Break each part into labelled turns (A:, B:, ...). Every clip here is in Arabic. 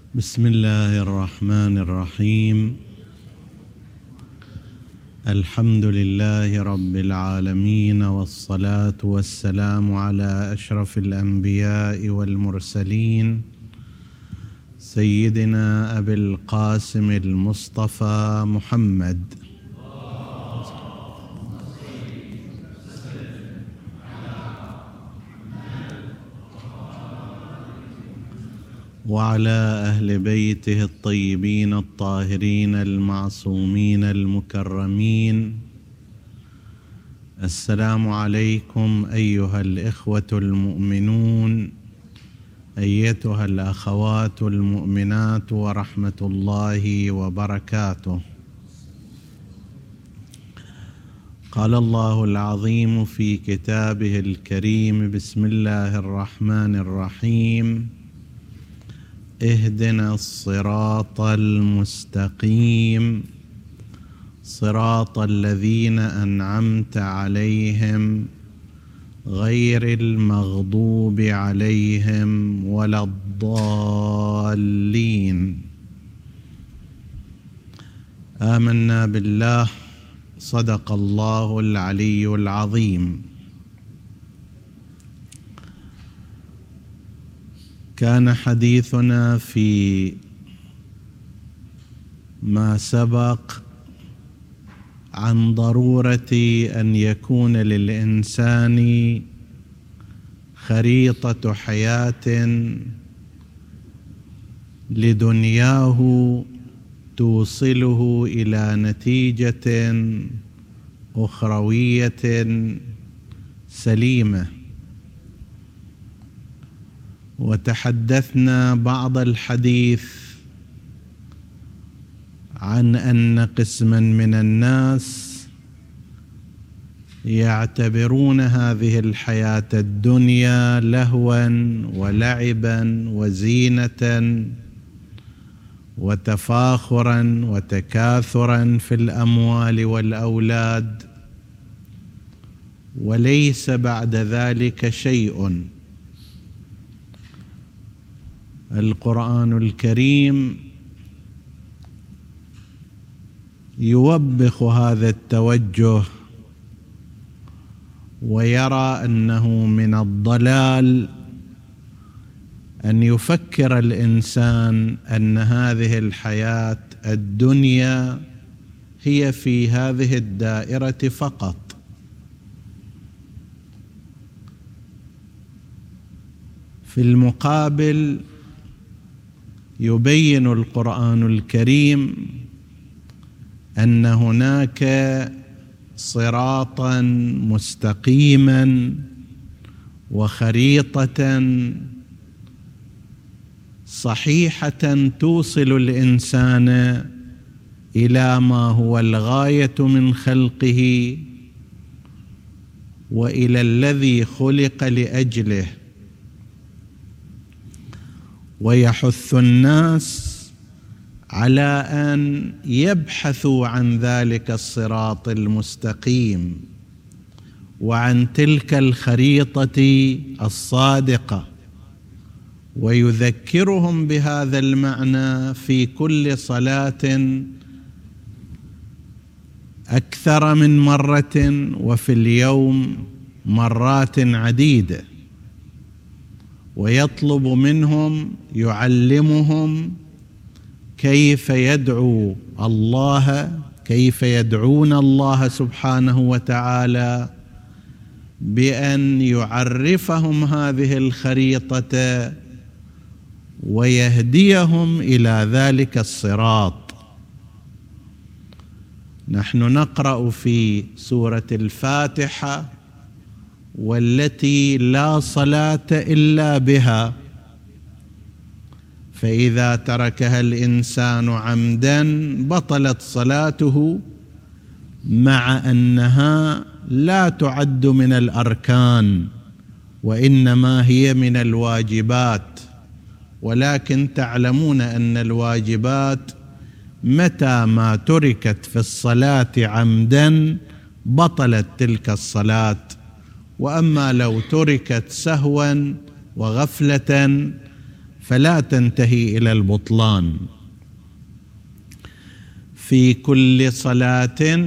A: بسم الله الرحمن الرحيم. الحمد لله رب العالمين، والصلاة والسلام على أشرف الأنبياء والمرسلين سيدنا أبي القاسم المصطفى محمد وعلى أهل بيته الطيبين الطاهرين المعصومين المكرمين. السلام عليكم أيها الإخوة المؤمنون، أيتها الأخوات المؤمنات، ورحمة الله وبركاته. قال الله العظيم في كتابه الكريم: بسم الله الرحمن الرحيم. اهدنا الصراط المستقيم، صراط الذين أنعمت عليهم غير المغضوب عليهم ولا الضالين. آمنا بالله، صدق الله العلي العظيم. كان حديثنا في ما سبق عن ضرورة أن يكون للإنسان خريطة حياة لدنياه توصله إلى نتيجة أخروية سليمة. وتحدثنا بعض الحديث عن أن قسما من الناس يعتبرون هذه الحياة الدنيا لهوا ولعبا وزينة وتفاخرا وتكاثرا في الأموال والأولاد، وليس بعد ذلك شيء. القرآن الكريم يوبخ هذا التوجه، ويرى أنه من الضلال أن يفكر الإنسان أن هذه الحياة الدنيا هي في هذه الدائرة فقط. في المقابل يبين القرآن الكريم أن هناك صراطا مستقيما وخريطة صحيحة توصل الإنسان إلى ما هو الغاية من خلقه وإلى الذي خلق لأجله. ويحث الناس على أن يبحثوا عن ذلك الصراط المستقيم وعن تلك الخريطة الصادقة، ويذكرهم بهذا المعنى في كل صلاة أكثر من مرة، وفي اليوم مرات عديدة. ويطلب منهم، يعلمهم كيف يدعو الله، كيف يدعون الله سبحانه وتعالى، بأن يعرفهم هذه الخريطة ويهديهم إلى ذلك الصراط. نحن نقرأ في سورة الفاتحة: والتي لا صلاة إلا بها، فإذا تركها الإنسان عمدا بطلت صلاته، مع أنها لا تعد من الأركان وإنما هي من الواجبات. ولكن تعلمون أن الواجبات متى ما تركت في الصلاة عمدا بطلت تلك الصلاة، وأما لو تركت سهوا وغفلة فلا تنتهي إلى البطلان. في كل صلاة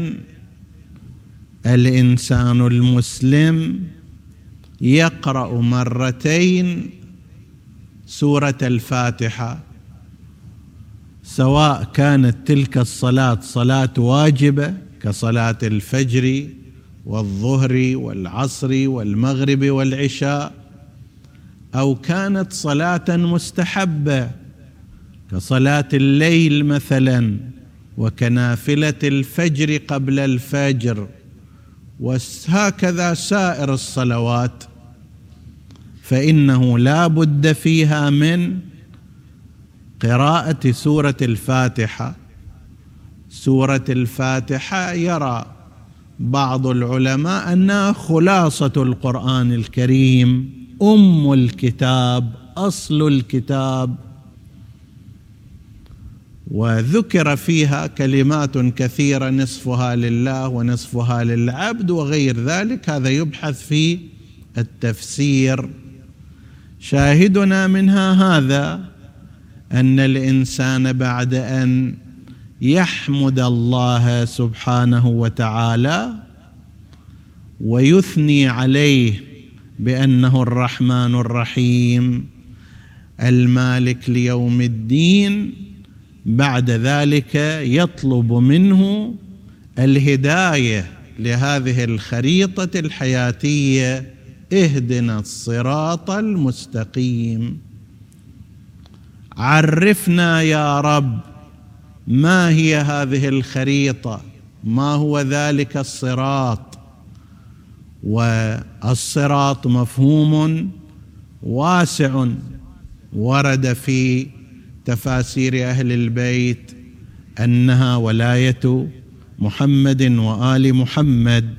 A: الإنسان المسلم يقرأ مرتين سورة الفاتحة، سواء كانت تلك الصلاة صلاة واجبة كصلاة الفجر والظهر والعصر والمغرب والعشاء، أو كانت صلاة مستحبة كصلاة الليل مثلا وكنافلة الفجر قبل الفجر، وهكذا سائر الصلوات، فإنه لا بد فيها من قراءة سورة الفاتحة. سورة الفاتحة يرى بعض العلماء أنها خلاصة القرآن الكريم، أم الكتاب، أصل الكتاب، وذكر فيها كلمات كثيرة نصفها لله ونصفها للعبد وغير ذلك، هذا يبحث في التفسير. شاهدنا منها هذا أن الإنسان بعد أن يحمد الله سبحانه وتعالى ويثني عليه بأنه الرحمن الرحيم المالك ليوم الدين، بعد ذلك يطلب منه الهداية لهذه الخريطة الحياتية: اهدنا الصراط المستقيم. عرفنا يا رب ما هي هذه الخريطة، ما هو ذلك الصراط. والصراط مفهوم واسع ورد في تفاسير أهل البيت أنها ولاية محمد وآل محمد.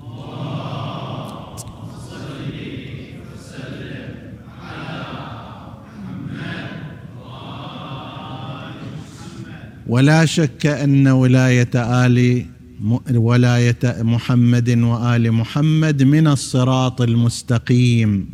A: ولا شك أن ولاية محمد وآل محمد من الصراط المستقيم.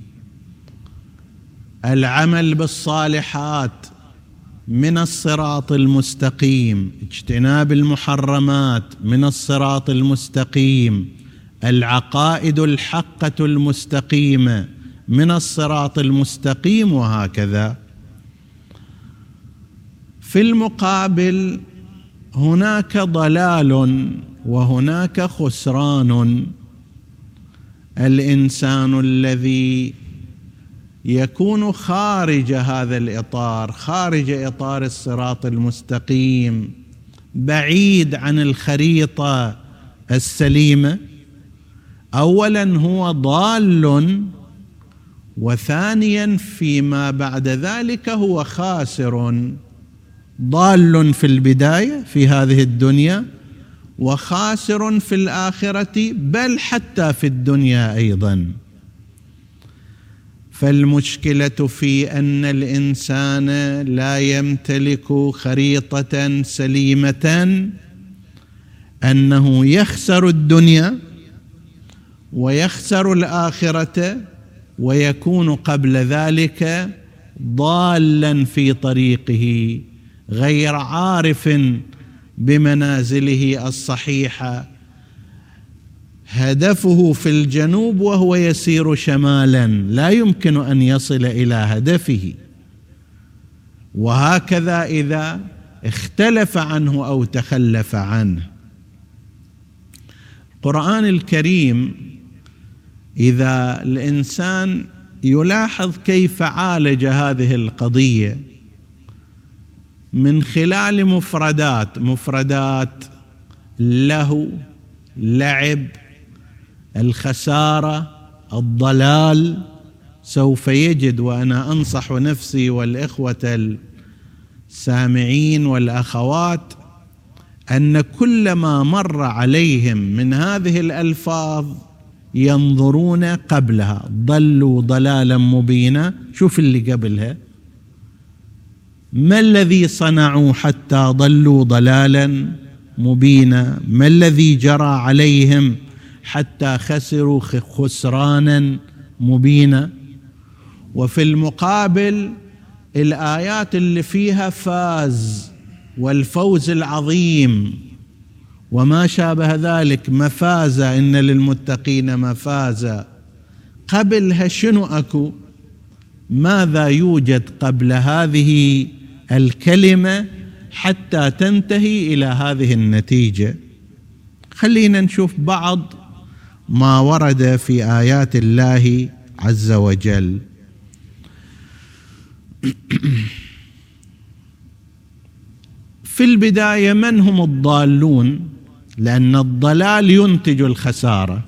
A: العمل بالصالحات من الصراط المستقيم، اجتناب المحرمات من الصراط المستقيم، العقائد الحقة المستقيمة من الصراط المستقيم، وهكذا. في المقابل هناك ضلال وهناك خسران. الإنسان الذي يكون خارج هذا الإطار، خارج إطار الصراط المستقيم، بعيد عن الخريطة السليمة، أولا هو ضال، وثانيا فيما بعد ذلك هو خاسر. ضال في البداية في هذه الدنيا، وخاسر في الآخرة، بل حتى في الدنيا أيضا. فالمشكلة في أن الإنسان لا يمتلك خريطة سليمة، أنه يخسر الدنيا ويخسر الآخرة، ويكون قبل ذلك ضالا في طريقه، غير عارف بمنازله الصحيحة، هدفه في الجنوب وهو يسير شمالا، لا يمكن أن يصل إلى هدفه. وهكذا إذا اختلف عنه أو تخلف عنه. القرآن الكريم إذا الإنسان يلاحظ كيف عالج هذه القضية من خلال مفردات له، لعب، الخسارة، الضلال، سوف يجد، وأنا أنصح نفسي والإخوة السامعين والأخوات أن كل ما مر عليهم من هذه الألفاظ ينظرون قبلها: ضلوا ضلالا مبينا. شوف اللي قبلها: ما الذي صنعوا حتى ضلوا ضلالا مبينا؟ ما الذي جرى عليهم حتى خسروا خسرانا مبينا؟ وفي المقابل الآيات اللي فيها فاز والفوز العظيم وما شابه ذلك، مفازة، إن للمتقين مفازة، قبلها شنو أكو؟ ماذا يوجد قبل هذه الكلمة حتى تنتهي إلى هذه النتيجة؟ خلينا نشوف بعض ما ورد في آيات الله عز وجل. في البداية، من هم الضالون؟ لأن الضلال ينتج الخسارة،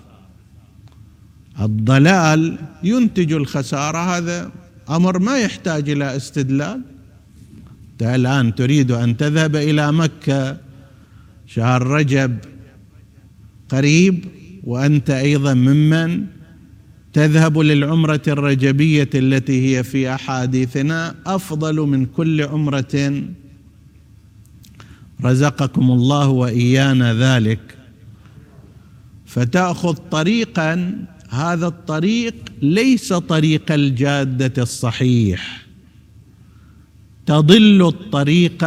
A: الضلال ينتج الخسارة، هذا أمر ما يحتاج إلى استدلال. أنت الآن تريد أن تذهب إلى مكة، شهر رجب قريب، وأنت أيضا ممن تذهب للعمرة الرجبية التي هي في أحاديثنا أفضل من كل عمرة رزقكم الله وإيانا ذلك، فتأخذ طريقا، هذا الطريق ليس طريق الجادة الصحيح، تضل الطريق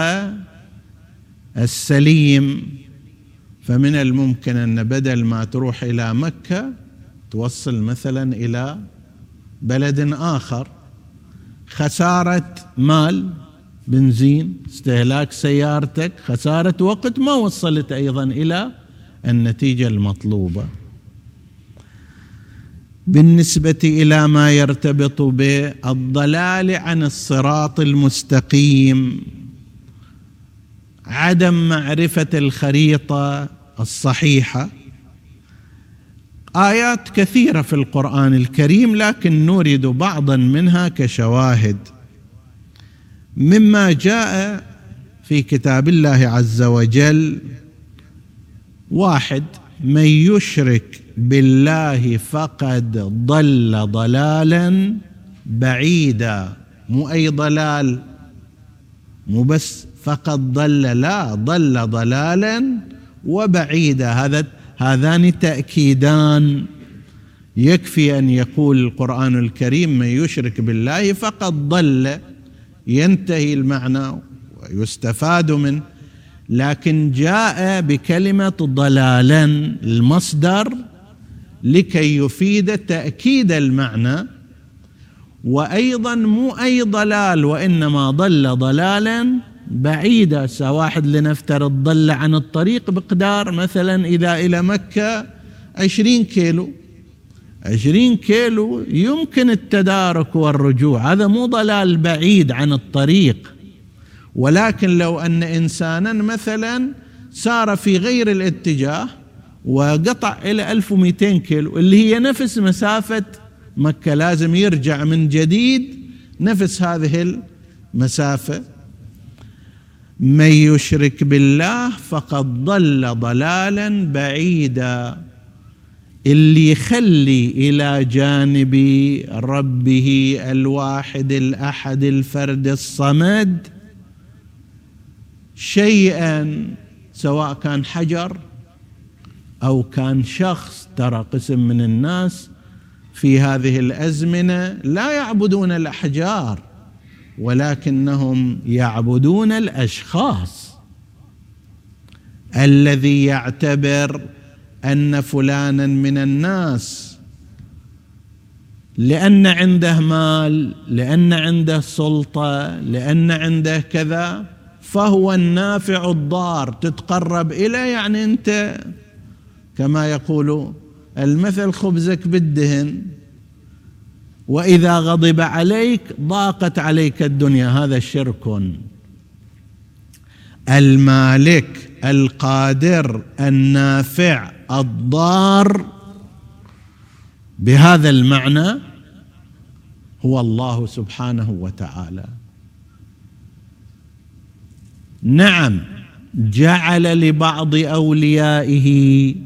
A: السليم. فمن الممكن أن بدل ما تروح إلى مكة توصل مثلا إلى بلد آخر، خسارة مال، بنزين، استهلاك سيارتك، خسارة وقت، ما وصلت أيضا إلى النتيجة المطلوبة. بالنسبة إلى ما يرتبط بالضلال عن الصراط المستقيم، عدم معرفة الخريطة الصحيحة، آيات كثيرة في القرآن الكريم، لكن نورد بعضا منها كشواهد. مما جاء في كتاب الله عز وجل: واحد، من يشرك بالله فقد ضل ضلالا بعيدا. مو أي ضلال، مو بس فقد ضل، لا، ضل ضلالا وبعيدا، هذان تأكيدان. يكفي أن يقول القرآن الكريم من يشرك بالله فقد ضل، ينتهي المعنى ويستفاد منه، لكن جاء بكلمة ضلالا المصدر لكي يفيد تأكيد المعنى. وأيضا مو أي ضلال، وإنما ضل ضلالا بعيدا. واحد لنفترض ضل عن الطريق بقدار مثلا إذا إلى مكة 20 كيلو، 20 كيلو يمكن التدارك والرجوع، هذا مو ضلال بعيد عن الطريق. ولكن لو أن إنسانا مثلا سار في غير الاتجاه وقطع إلى 1200 كيلو اللي هي نفس مسافة مكة، لازم يرجع من جديد نفس هذه المسافة. من يشرك بالله فقد ضل ضلالا بعيدا، اللي يخلي إلى جانب ربه الواحد الأحد الفرد الصمد شيئا، سواء كان حجر أو كان شخص. ترى قسم من الناس في هذه الأزمنة لا يعبدون الأحجار، ولكنهم يعبدون الأشخاص. الذي يعتبر أن فلانا من الناس لأن عنده مال، لأن عنده سلطة، لأن عنده كذا، فهو النافع الضار، تتقرب إليه، يعني أنت كما يقول المثل خبزك بالدهن، وإذا غضب عليك ضاقت عليك الدنيا. هذا شرك. المالك القادر النافع الضار بهذا المعنى هو الله سبحانه وتعالى. نعم، جعل لبعض أوليائه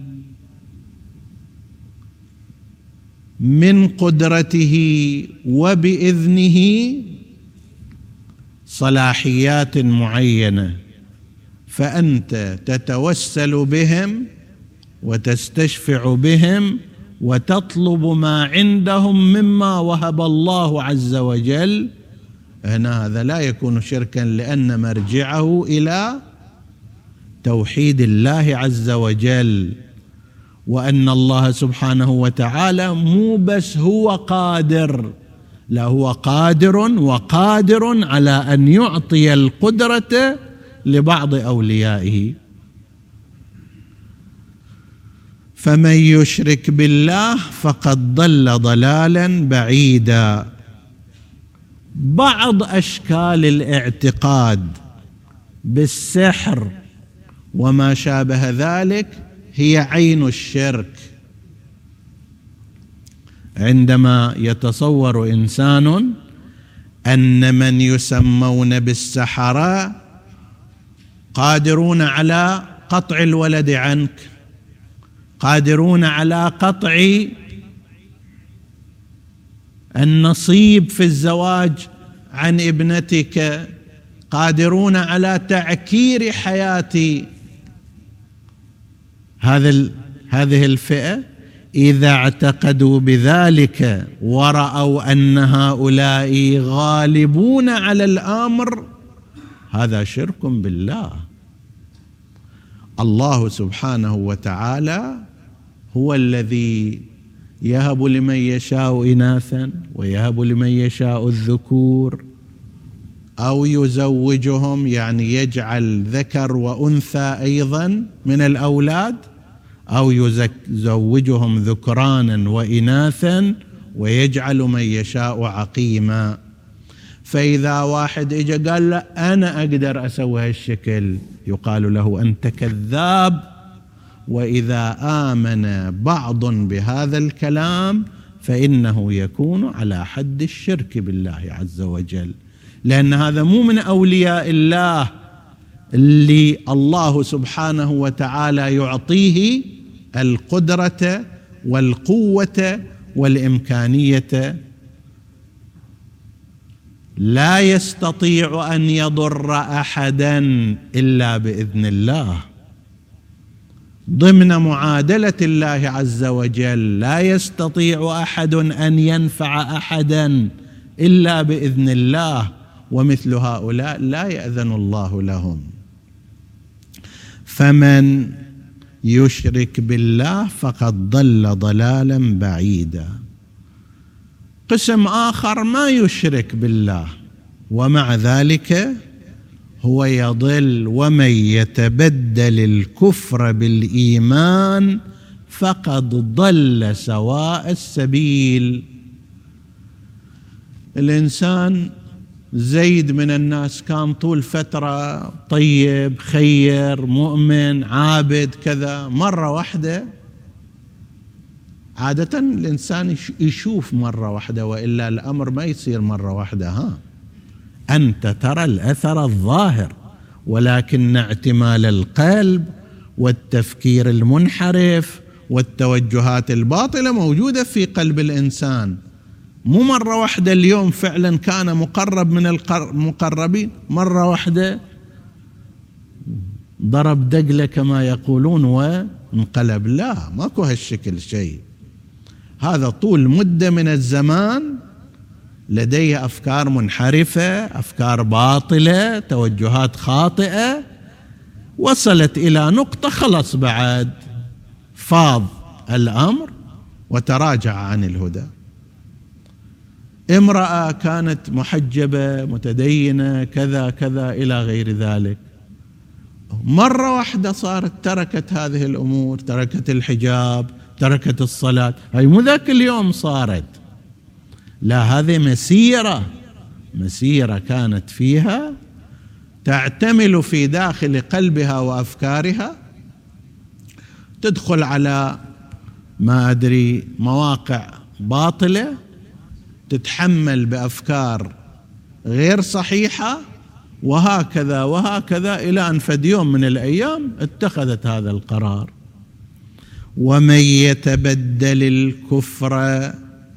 A: من قدرته وبإذنه صلاحيات معينة، فأنت تتوسل بهم وتستشفع بهم وتطلب ما عندهم مما وهب الله عز وجل هنا هذا لا يكون شركا، لأن مرجعه إلى توحيد الله عز وجل، وأن الله سبحانه وتعالى مو بس هو قادر، لا، هو قادر وقادر على أن يعطي القدرة لبعض أوليائه. فمن يشرك بالله فقد ضل ضلالا بعيدا. بعض أشكال الاعتقاد بالسحر وما شابه ذلك هي عين الشرك. عندما يتصور إنسان أن من يسمون بالسحرة قادرون على قطع الولد عنك، قادرون على قطع النصيب في الزواج عن ابنتك، قادرون على تعكير حياتي، هذه الفئة إذا اعتقدوا بذلك ورأوا أن هؤلاء غالبون على الأمر، هذا شرك بالله. الله سبحانه وتعالى هو الذي يهب لمن يشاء إناثا ويهب لمن يشاء الذكور، أو يزوجهم، يعني يجعل ذكر وأنثى أيضا من الأولاد، أو يزوجهم ذكرانا وإناثا ويجعل من يشاء عقيما. فإذا واحد إجا قال لا أنا أقدر أسوي هالشكل، يقال له أنت كذاب. وإذا آمن بعض بهذا الكلام فإنه يكون على حد الشرك بالله عز وجل، لأن هذا مو من أولياء الله اللي الله سبحانه وتعالى يعطيه القدرة والقوة والإمكانية. لا يستطيع أن يضر أحدا إلا بإذن الله، ضمن معادلة الله عز وجل. لا يستطيع أحد أن ينفع أحدا إلا بإذن الله، ومثل هؤلاء لا يأذن الله لهم. فمن يشرك بالله فقد ضل ضلالا بعيدا. قسم آخر ما يشرك بالله ومع ذلك هو يضل. ومن يتبدل الكفر بالإيمان فقد ضل سواء السبيل. الإنسان زيد من الناس كان طول فترة طيب خير مؤمن عابد كذا، مرة واحدة، عادة الإنسان يشوف مرة واحدة، وإلا الأمر ما يصير مرة واحدة. أنت ترى الأثر الظاهر، ولكن اعتمال القلب والتفكير المنحرف والتوجهات الباطلة موجودة في قلب الإنسان. مو مرة واحدة اليوم فعلا كان مقرب من المقربين، مرة واحدة ضرب دقلة كما يقولون وانقلب. لا، ماكو هالشكل شيء. هذا طول مدة من الزمان لديه أفكار منحرفة، أفكار باطلة، توجهات خاطئة، وصلت إلى نقطة خلص بعد فاض الأمر وتراجع عن الهدى. امرأة كانت محجبة متدينة كذا كذا إلى غير ذلك، مرة واحدة صارت تركت هذه الأمور، تركت الحجاب، تركت الصلاة. هاي مو ذاك اليوم صارت، لا، هذه مسيرة كانت فيها تعتمل في داخل قلبها وأفكارها، تدخل على ما أدري مواقع باطلة، تتحمل بأفكار غير صحيحة، وهكذا وهكذا إلى أن فد يوم من الأيام اتخذت هذا القرار. ومن يتبدل الكفر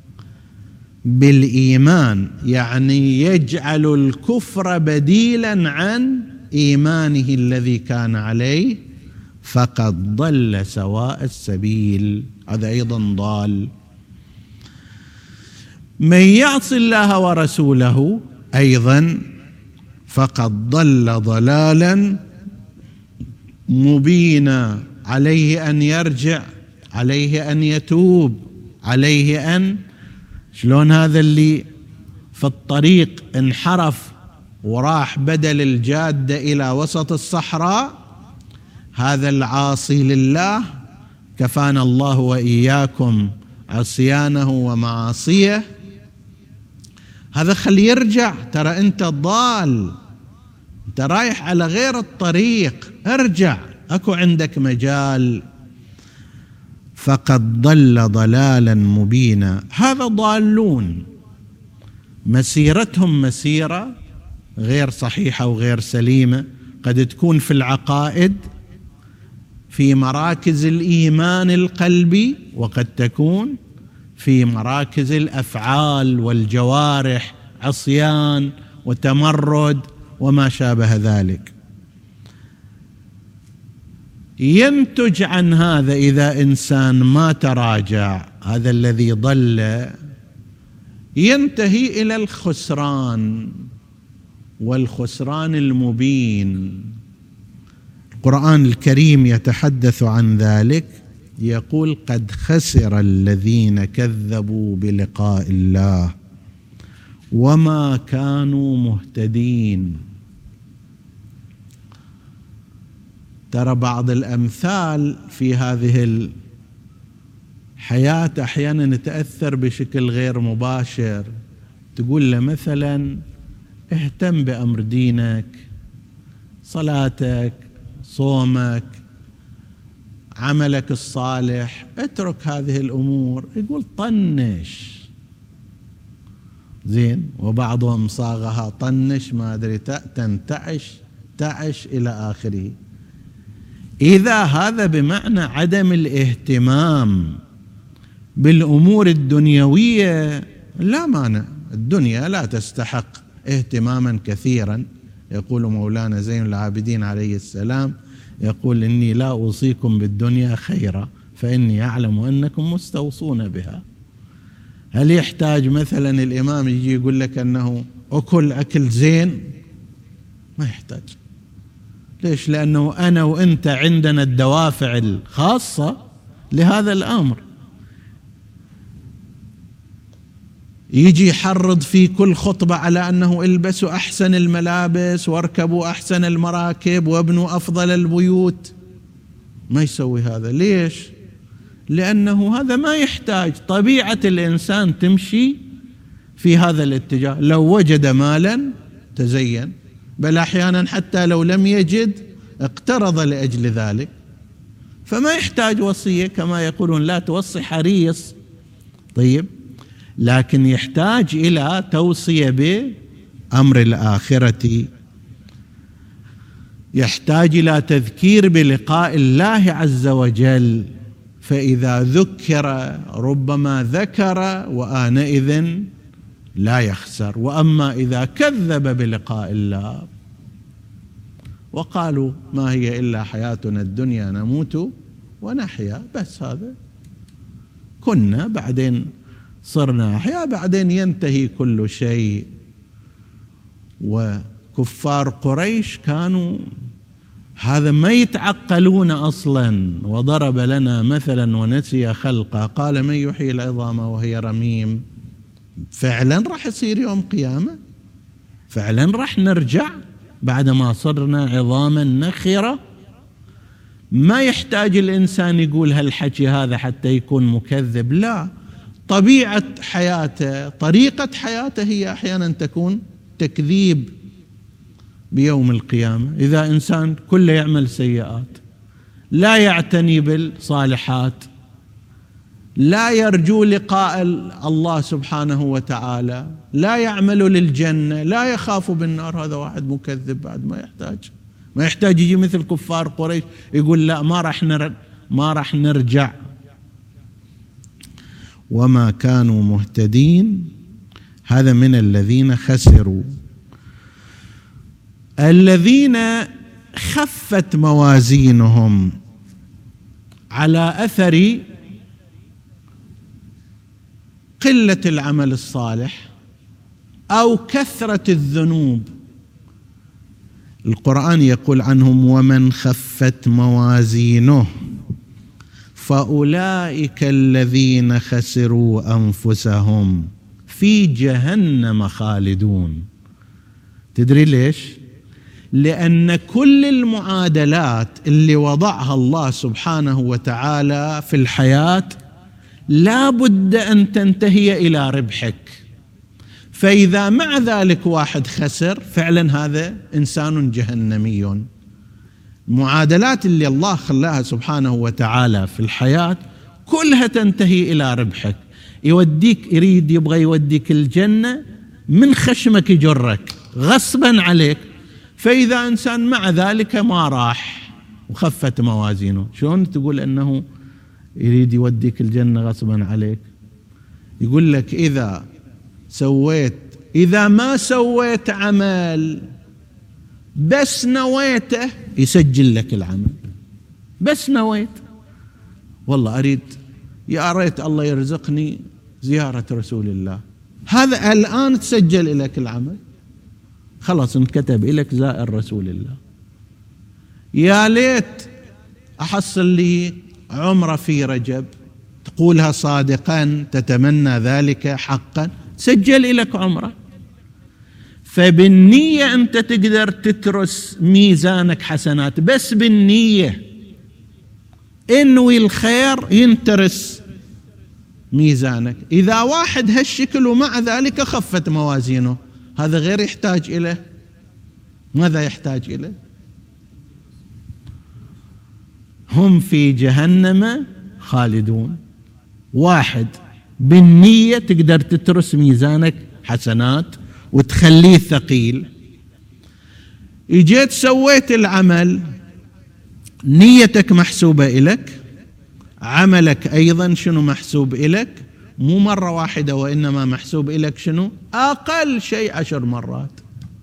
A: بالإيمان، يعني يجعل الكفر بديلا عن إيمانه الذي كان عليه، فقد ضل سواء السبيل، هذا أيضا ضال. من يعص الله ورسوله أيضا فقد ضل ضلالا مبينا، عليه أن يرجع، عليه أن يتوب، عليه أن شلون هذا اللي في الطريق انحرف وراح بدل الجادة إلى وسط الصحراء، هذا العاصي لله كفانا الله وإياكم عصيانه ومعاصيه، هذا خليه يرجع، ترى أنت ضال، أنت رايح على غير الطريق، ارجع، أكو عندك مجال. فقد ضل ضلالا مبينا، هذا ضالون مسيرتهم مسيرة غير صحيحة وغير سليمة، قد تكون في العقائد في مراكز الإيمان القلبي، وقد تكون في مراكز الأفعال والجوارح، عصيان وتمرد وما شابه ذلك. ينتج عن هذا إذا إنسان ما تراجع، هذا الذي ضل ينتهي إلى الخسران، والخسران المبين. القرآن الكريم يتحدث عن ذلك، يقول قد خسر الذين كذبوا بلقاء الله وما كانوا مهتدين. ترى بعض الأمثال في هذه الحياة أحيانا نتأثر بشكل غير مباشر، تقول له مثلا اهتم بأمر دينك، صلاتك، صومك، عملك الصالح، اترك هذه الأمور، يقول طنش زين، وبعضهم صاغها طنش ما أدري تنتعش تعش إلى آخره. إذا هذا بمعنى عدم الاهتمام بالأمور الدنيوية لا مانع، الدنيا لا تستحق اهتماما كثيرا. يقول مولانا زين العابدين عليه السلام، يقول إني لا أوصيكم بالدنيا خيرا فإني أعلم أنكم مستوصون بها. هل يحتاج مثلا الإمام يجي يقول لك أنه أكل أكل زين؟ ما يحتاج. ليش؟ لأنه أنا وأنت عندنا الدوافع الخاصة لهذا الأمر. يجي يحرض في كل خطبة على أنه البسوا أحسن الملابس واركبوا أحسن المراكب وابنوا أفضل البيوت، ما يسوي هذا. ليش؟ لأنه هذا ما يحتاج، طبيعة الإنسان تمشي في هذا الاتجاه. لو وجد مالا تزين، بل أحيانا حتى لو لم يجد اقترض لأجل ذلك، فما يحتاج وصية كما يقولون لا توصي حريص. طيب، لكن يحتاج إلى توصية بأمر الآخرة، يحتاج إلى تذكير بلقاء الله عز وجل، فإذا ذكر ربما ذكر وآنئذ لا يخسر. وأما إذا كذب بلقاء الله وقالوا ما هي إلا حياتنا الدنيا نموت ونحيا، بس هذا كنا بعدين صرنا أحياء، بعدين ينتهي كل شيء. وكفار قريش كانوا هذا ما يتعقلون أصلا. وضرب لنا مثلا ونسي خلقه قال من يحيي العظام وهي رميم. فعلا راح يصير يوم قيامة، فعلا راح نرجع بعدما صرنا عظاما نخرة. ما يحتاج الإنسان يقول هالحكي هذا حتى يكون مكذب، لا، طبيعة حياته، طريقة حياته هي أحيانا تكون تكذيب بيوم القيامة. إذا إنسان كله يعمل سيئات، لا يعتني بالصالحات، لا يرجو لقاء الله سبحانه وتعالى، لا يعمل للجنة، لا يخاف بالنار، هذا واحد مكذب بعد. ما يحتاج يجي مثل كفار قريش يقول لا ما راح نرجع. وما كانوا مهتدين، هذا من الذين خسروا. الذين خفت موازينهم على أثر قلة العمل الصالح أو كثرة الذنوب. القرآن يقول عنهم: ومن خفت موازينه فأولئك الذين خسروا أنفسهم في جهنم خالدون. تدري ليش؟ لأن كل المعادلات اللي وضعها الله سبحانه وتعالى في الحياة لا بد أن تنتهي إلى ربحك. فإذا مع ذلك واحد خسر، فعلا هذا إنسان جهنمي. المعادلات اللي الله خلاها سبحانه وتعالى في الحياة كلها تنتهي إلى ربحك. يريد يبغى يوديك الجنة، من خشمك يجرك غصبا عليك. فإذا إنسان مع ذلك ما راح وخفت موازينه، شلون تقول أنه يريد يوديك الجنة غصبا عليك؟ يقول لك إذا ما سويت عمل بس نويته يسجل لك العمل. بس نويت والله أريد، يا ريت الله يرزقني زيارة رسول الله، هذا الآن تسجل لك العمل، خلاص انكتب لك زائر رسول الله. يا ليت أحصل لي عمرة في رجب، تقولها صادقا تتمنى ذلك حقا، سجل لك عمرة. فبالنية أنت تقدر تترس ميزانك حسنات، بس بالنية انوي الخير ينترس ميزانك. إذا واحد هالشكل ومع ذلك خفت موازينه، هذا غير يحتاج إليه. ماذا يحتاج إليه؟ هم في جهنم خالدون. واحد بالنية تقدر تترس ميزانك حسنات وتخليه ثقيل. اجيت سويت العمل، نيتك محسوبة إلك، عملك أيضا شنو محسوب إلك، مو مرة واحدة وإنما محسوب إلك شنو؟ أقل شيء 10 مرات،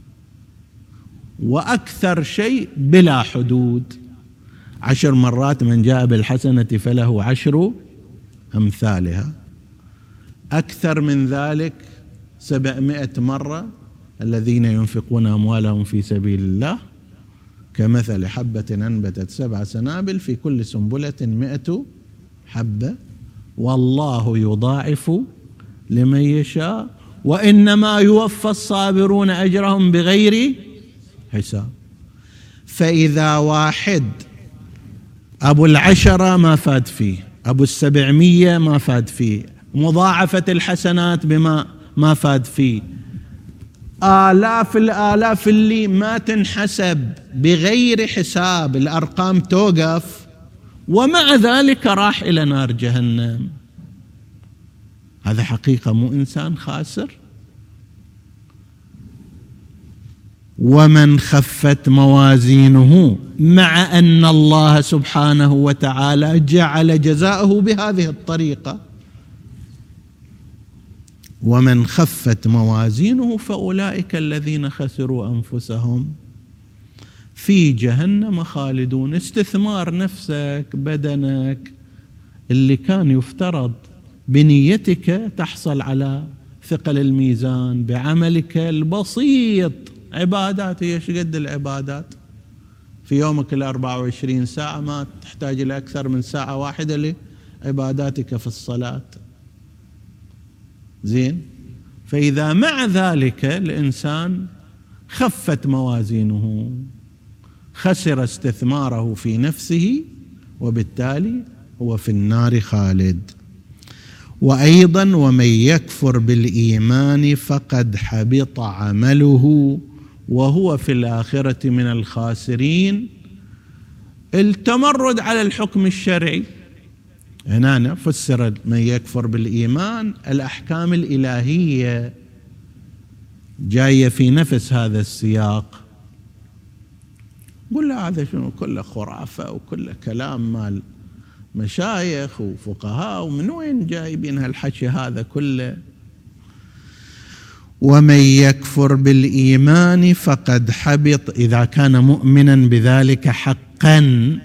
A: وأكثر شيء بلا حدود. 10 مرات من جاء بالحسنة فله 10 أمثالها. أكثر من ذلك 700 مرة. الذين ينفقون أموالهم في سبيل الله كمثل حبة أنبتت 7 سنابل في كل سنبلة 100 حبة والله يضاعف لمن يشاء وإنما يوفى الصابرون أجرهم بغير حساب. فإذا واحد أبو 10 ما فاد فيه، أبو 700 ما فاد فيه، مضاعفة الحسنات بما ما فاد فيه، آلاف الآلاف اللي ما تنحسب بغير حساب، الأرقام توقف، ومع ذلك راح إلى نار جهنم. هذا حقيقة مو إنسان خاسر. ومن خفت موازينه، مع أن الله سبحانه وتعالى جعل جزاءه بهذه الطريقة، ومن خفت موازينه فأولئك الذين خسروا أنفسهم في جهنم خالدون. استثمار نفسك، بدنك، اللي كان يفترض بنيتك تحصل على ثقل الميزان بعملك البسيط. عبادات، هي ايش قد العبادات في يومك 24 ساعة؟ ما تحتاج إلى أكثر من ساعة واحدة لعباداتك في الصلاة. زين. فإذا مع ذلك الإنسان خفت موازينه، خسر استثماره في نفسه، وبالتالي هو في النار خالد. وأيضا ومن يكفر بالإيمان فقد حبط عمله وهو في الآخرة من الخاسرين. التمرد على الحكم الشرعي هنا فسر من يكفر بالإيمان، الأحكام الإلهية جاية في نفس هذا السياق. قل هذا شنو؟ كله خرافة وكله كلام مال مشايخ وفقهاء، ومن وين جايبين هالحكي هذا كله؟ ومن يكفر بالإيمان فقد حبط، إذا كان مؤمنا بذلك حقا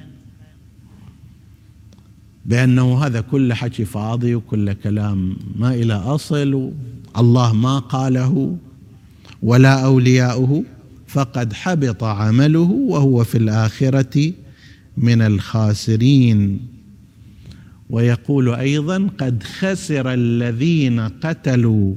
A: بأنه هذا كل حكي فاضي وكل كلام ما إلى أصل والله ما قاله، ولا أولياؤه فقد حبط عمله وهو في الآخرة من الخاسرين. ويقول أيضا: قد خسر الذين قتلوا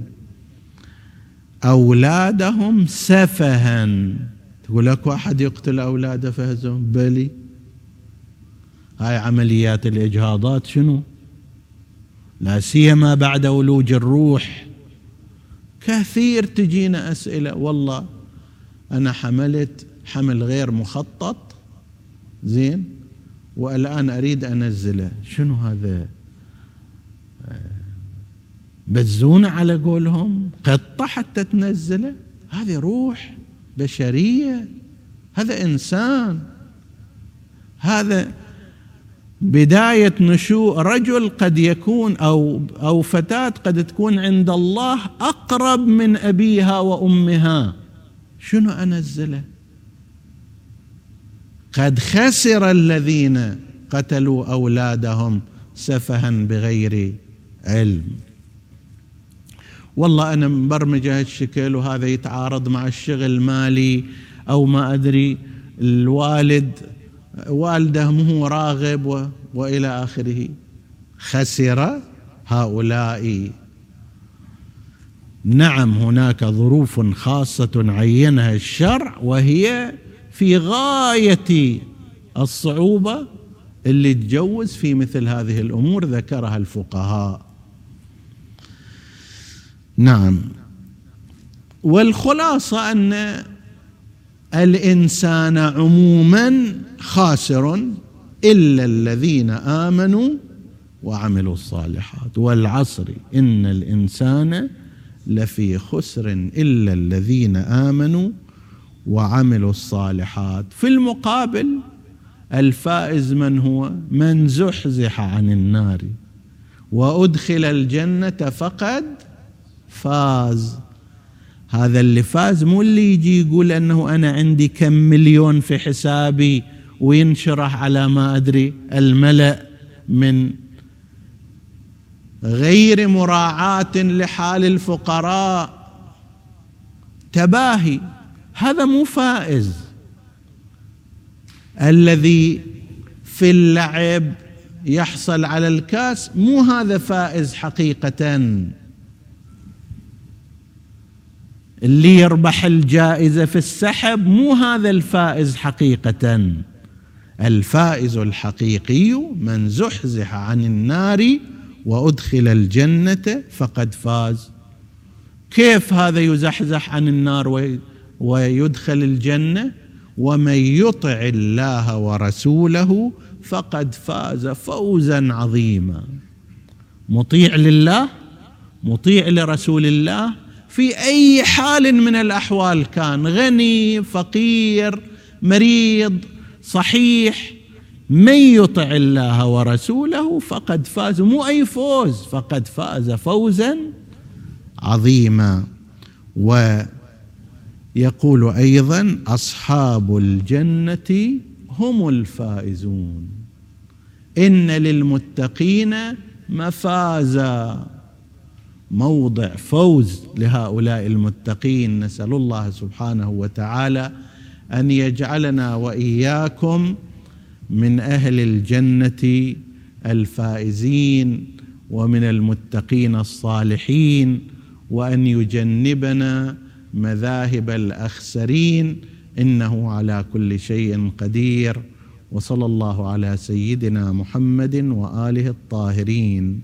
A: أولادهم سفها. تقول لك واحد يقتل أولاده فهزهم؟ بلي، هاي عمليات الإجهاضات شنو؟ لا سيما بعد ولوج الروح. كثير تجينا أسئلة: والله أنا حملت حمل غير مخطط، زين، والآن أريد أنزله. شنو هذا؟ بزونة على قولهم، قطة حتى تنزله؟ هذه روح بشرية، هذا إنسان، هذا بداية نشوء رجل قد يكون أو فتاة قد تكون عند الله أقرب من أبيها وأمها. شنو أنزله؟ قد خسر الذين قتلوا أولادهم سفها بغير علم. والله أنا مبرمج هالشكل وهذا يتعارض مع الشغل المالي، أو ما أدري والده مو راغب وإلى آخره. خسر هؤلاء. نعم، هناك ظروف خاصة عينها الشرع وهي في غاية الصعوبة اللي تجوز في مثل هذه الأمور ذكرها الفقهاء. نعم. والخلاصة أن الإنسان عموما خاسر إلا الذين آمنوا وعملوا الصالحات. والعصر إن الإنسان لفي خسر إلا الذين آمنوا وعملوا الصالحات. في المقابل الفائز من هو؟ من زحزح عن النار وأدخل الجنة فقد فاز. هذا اللي فاز، مو اللي يجي يقول أنه أنا عندي كم مليون في حسابي وينشرح على ما أدري الملأ من غير مراعاة لحال الفقراء، تباهي. هذا مو فائز. الذي في اللعب يحصل على الكاس مو هذا فائز حقيقة. اللي يربح الجائزة في السحب مو هذا الفائز حقيقة. الفائز الحقيقي من زحزح عن النار وأدخل الجنة فقد فاز. كيف هذا يزحزح عن النار ويدخل الجنة؟ ومن يطع الله ورسوله فقد فاز فوزا عظيما. مطيع لله، مطيع لرسول الله في أي حال من الأحوال كان، غني، فقير، مريض، صحيح، من يطع الله ورسوله فقد فاز. مو أي فوز، فقد فاز فوزا عظيما. ويقول أيضا: أصحاب الجنة هم الفائزون. إن للمتقين مفازا. موضع فوز لهؤلاء المتقين. نسأل الله سبحانه وتعالى أن يجعلنا وإياكم من أهل الجنة الفائزين ومن المتقين الصالحين، وأن يجنبنا مذاهب الأخسرين، إنه على كل شيء قدير. وصلى الله على سيدنا محمد وآله الطاهرين.